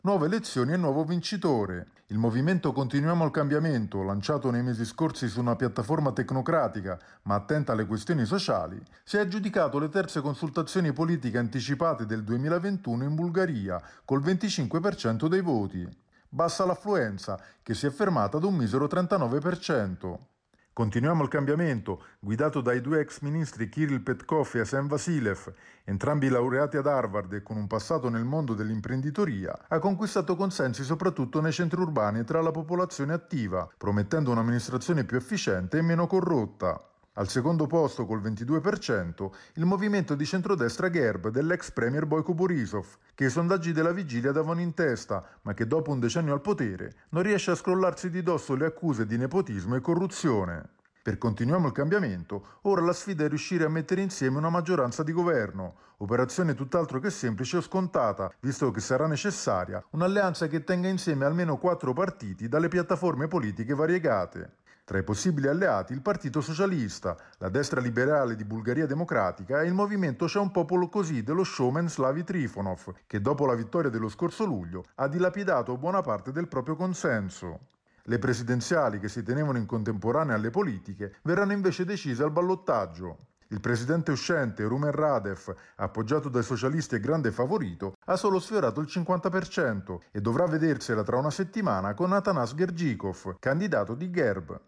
Nuove elezioni e nuovo vincitore. Il movimento Continuiamo il cambiamento, lanciato nei mesi scorsi su una piattaforma tecnocratica ma attenta alle questioni sociali, si è aggiudicato le terze consultazioni politiche anticipate del 2021 in Bulgaria, col 25% dei voti. Bassa l'affluenza, che si è fermata ad un misero 39%. Continuiamo il cambiamento, guidato dai due ex ministri Kirill Petkov e Asen Vasilev, entrambi laureati ad Harvard e con un passato nel mondo dell'imprenditoria, ha conquistato consensi soprattutto nei centri urbani e tra la popolazione attiva, promettendo un'amministrazione più efficiente e meno corrotta. Al secondo posto, col 22%, il movimento di centrodestra GERB dell'ex premier Boyko Borisov, che i sondaggi della vigilia davano in testa, ma che dopo un decennio al potere non riesce a scrollarsi di dosso le accuse di nepotismo e corruzione. Per Continuiamo il cambiamento, ora la sfida è riuscire a mettere insieme una maggioranza di governo, operazione tutt'altro che semplice o scontata, visto che sarà necessaria un'alleanza che tenga insieme almeno 4 partiti dalle piattaforme politiche variegate. Tra i possibili alleati il Partito Socialista, la destra liberale di Bulgaria Democratica e il movimento C'è un popolo così dello showman Slavi Trifonov, che dopo la vittoria dello scorso luglio ha dilapidato buona parte del proprio consenso. Le presidenziali, che si tenevano in contemporanea alle politiche, verranno invece decise al ballottaggio. Il presidente uscente, Rumen Radev, appoggiato dai socialisti e grande favorito, ha solo sfiorato il 50% e dovrà vedersela tra una settimana con Atanas Gergikov, candidato di GERB.